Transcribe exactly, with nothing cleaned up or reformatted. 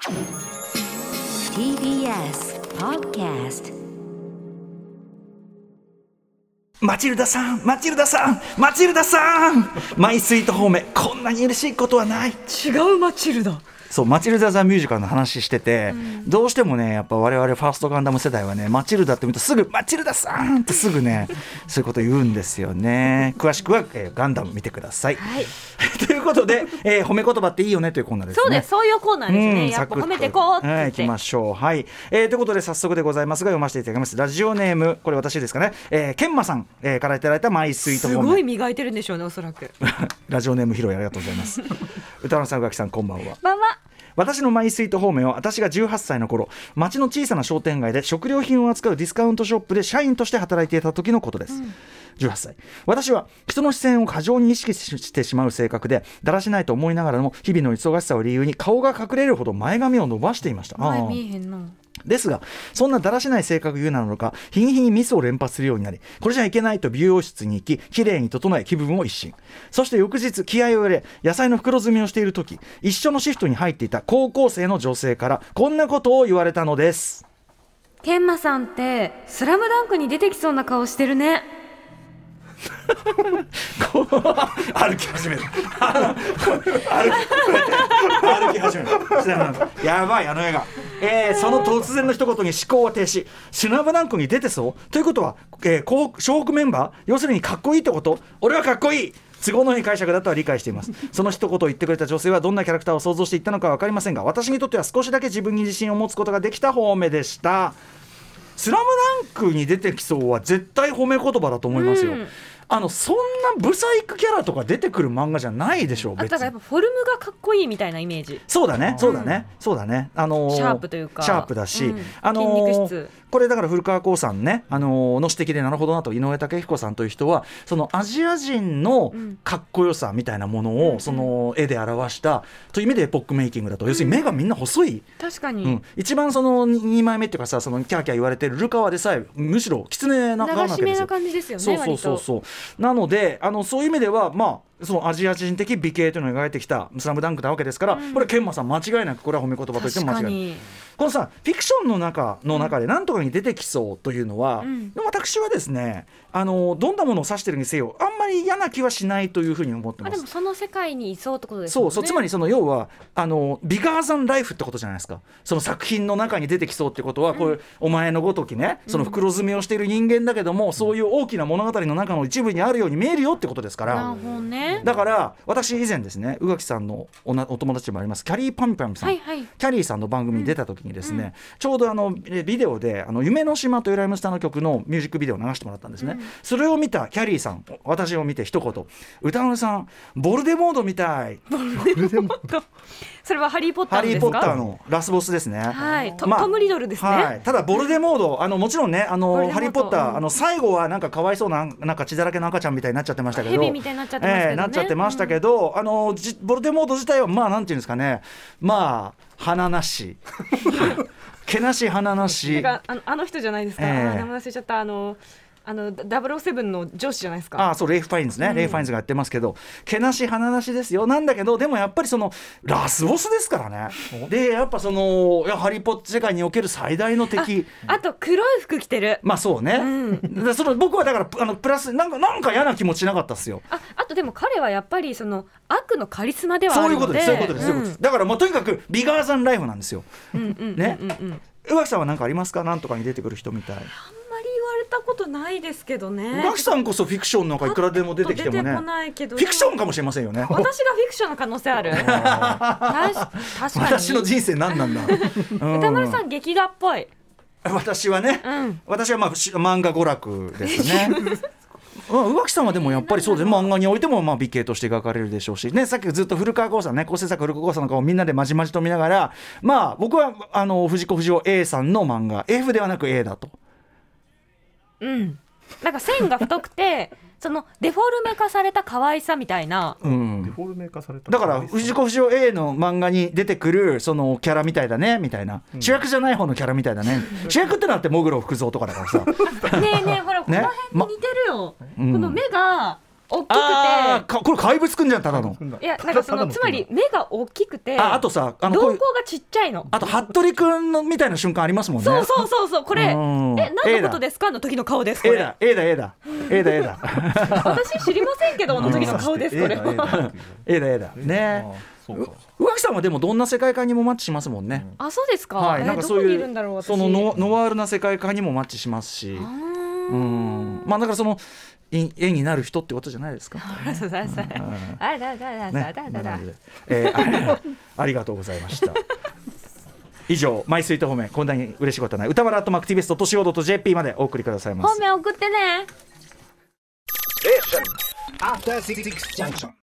ティービーエス Podcast。 マチルダさん、マチルダさん、マチルダさん、マイスイートホーム、こんなに嬉しいことはない。 違うマチルダ。 そう、マチルダ・ザ・ミュージカルの話してて、うん、どうしてもねやっぱ我々ファーストガンダム世代はねマチルダって見るとすぐマチルダさんってすぐねそういうこと言うんですよね。詳しくは、えー、ガンダム見てください、はい、ということで、えー、褒め言葉っていいよねというコーナーですね。 そうです、そういうコーナーですね、うん、やっぱ褒めてこうって言って、 はい、いきましょう。はい、えー、ということで早速でございますが読ませていただきます。ラジオネーム、これ私ですかね、えー、ケンマさん、えー、からいただいたマイスイートホーム。 すごい磨いてるんでしょうねおそらくラジオネームヒロイありがとうございます歌丸さん、宇垣さん、こんばんは。 こんばんは。 私のマイスイートホームは私がじゅうはっさいの頃、町の小さな商店街で食料品を扱うディスカウントショップで社員として働いていた時のことです、うん、じゅうはっさい。私は人の視線を過剰に意識してしまう性格で、だらしないと思いながらも日々の忙しさを理由に顔が隠れるほど前髪を伸ばしていました。 前見えへんな。 ですがそんなだらしない性格ゆえなのか、日に日にミスを連発するようになり、これじゃいけないと美容室に行ききれいに整え気分を一新。そして翌日気合を入れ野菜の袋詰めをしている時、一緒のシフトに入っていた高校生の女性からこんなことを言われたのです。 ケンマさんってスラムダンクに出てきそうな顔してるね歩き始める歩き始めるやばいあの映画、えー、その突然の一言に思考は停止。スラムダンクに出てそうということは、えー、湘北メンバー、要するにかっこいいってこと。俺はかっこいい、都合のいい解釈だとは理解していますその一言を言ってくれた女性はどんなキャラクターを想像していったのか分かりませんが、私にとっては少しだけ自分に自信を持つことができた方面でした。スラムダンクに出てきそうは絶対褒め言葉だと思いますよ、うん、あのそんなブサイクキャラとか出てくる漫画じゃないでしょう。別にあとやっぱフォルムがかっこいいみたいなイメージ。 そうだねそうだね、うん、そうだね、あのー、 シャープというかシャープだし、うん、あのー、筋肉質。 これだから古川光さんね、あのー、の指摘でなるほどなと、井上武彦さんという人はそのアジア人のかっこよさみたいなものを、うん、その絵で表したという意味でエポックメイキングだと、うん、要するに目がみんな細い。 確かに、 うん、一番そのにまいめっていうかさ、そのキャーキャー言われてるルカワでさえむしろ狐な顔なわけですよ。 流し目な感じですよね。 そうそうそうそう。なのであのそういう意味ではまあそのアジア人的美形というのを描いてきたスラムダンクなわけですから、うん、これケンマさん間違いなくこれは褒め言葉としても間違いない。このさフィクションの中の中で何とかに出てきそうというのは、うん、私はですね、あのどんなものを指してるにせよあんまり嫌な気はしないというふうに思ってます。 あでもその世界にいそうってことですよね。 そうそう、つまりその要はあのビガーザンライフってことじゃないですか。その作品の中に出てきそうってことは、うん、これお前のごときね、その袋詰めをしている人間だけども、うん、そういう大きな物語の中の一部にあるように見えるよってことですから。 なるほどね。 だから私以前ですね、宇垣さんの お, なお友達でもありますキャリーパンパンさん、はいはい、キャリーさんの番組に出た時にですね、うんうん、ちょうどあのビデオであの夢の島というライムスターの曲のミュージックビデオを流してもらったんですね、うん、それを見たキャリーさん、私を見て一言、歌丸さんボルデモードみたい。ボルデモードそれはハリーポッターですか。 ハリーポッターのラスボスですね、 はい、ト, まあ、トムリドルですね、 はい、ただボルデモードあのもちろんね、あのハリーポッター、うん、あの最後はなんかかわいそうな、なんか血だらけの赤ちゃんみたいになっちゃってましたけど、 ヘビみたいになっちゃってましたけどね、えー、なっちゃってましたけど、うん、あのボルデモード自体はまあなんていうんですかね、まあ花なし毛なし花なしあの、あの人じゃないですか、えー、名前忘れちゃった、あのあのダブルオーセブンの上司じゃないですか。 ああそうレイフ・ファインズね、うん、レイフ・ファインズがやってますけど、毛なし花なしですよ。なんだけどでもやっぱりそのラスボスですからね。でやっぱそのいやハリーポッター世界における最大の敵、 あ, あと黒い服着てる。 まあそうね、うん、だその僕はだからあのプラスなんかなんか嫌な気持ちなかったっすよ。 あ, あとでも彼はやっぱりその悪のカリスマではあるので、 そういうことですそういうことです、うん、だからもうとにかくビガーザンライフなんですよ、うんうんうんうん、ね。宇垣さんは何かありますか。なんとかに出てくる人みたい。 あんまり言われたことないですけどね。 宇垣さんこそフィクションなんかいくらでも出てきてもね、 出てこないけどフィクションかもしれませんよね。 私がフィクションの可能性ある確かに私の人生何なんだ歌丸さん劇画っぽい。 私はね、うん、私はまあ漫画娯楽ですね宇垣さんはでもやっぱりそうです、漫画においてもまあ美形として描かれるでしょうし、ね、さっきずっと古川光さんね、構成作古川光さんの顔をみんなでまじまじと見ながら、まあ僕はあの藤子不二雄 A さんの漫画 F ではなく A だと、 うんなんか線が太くてそのデフォルメ化された可愛さみたいな、 うん、デフォルメ化されただから藤子不二雄 A の漫画に出てくるそのキャラみたいだねみたいな、うん、主役じゃない方のキャラみたいだね主役ってのはってモグロ福蔵とかだからさねえねえほらこの辺に似てるよ、ねま、この目が大きあくーかこれ怪物くんじゃんただの。 ていやなんかそのつまり目が大きくてああとさあのこういう瞳孔がちっちゃいの。 あと服部くんのみたいな瞬間ありますもんね。 そうそうそうそうこれえうん何のことですかの時の顔ですこ A れ。 だ A だ A だ A だ A だ私知りませんけどの時の顔ですこれは。 A だ A だね。 そうか宇垣さんはでもどんな世界観にもマッチしますもんね。 あそうですか。 はい、 えなんかそういどこにいるんだろうう私。 そのノノワールな世界観にもマッチしますし、 あーうんまあだからそのい絵になる人ってことじゃないですか。 あそうそうそうあだだだねだだだだなのでえーあありがとうございました。以上マイスイート褒めこんなに嬉しいことはない歌丸アットマーク ティービーエスドットシーオードットジェーピー までお送りくださいます。 本命送ってね。 After Six Junction.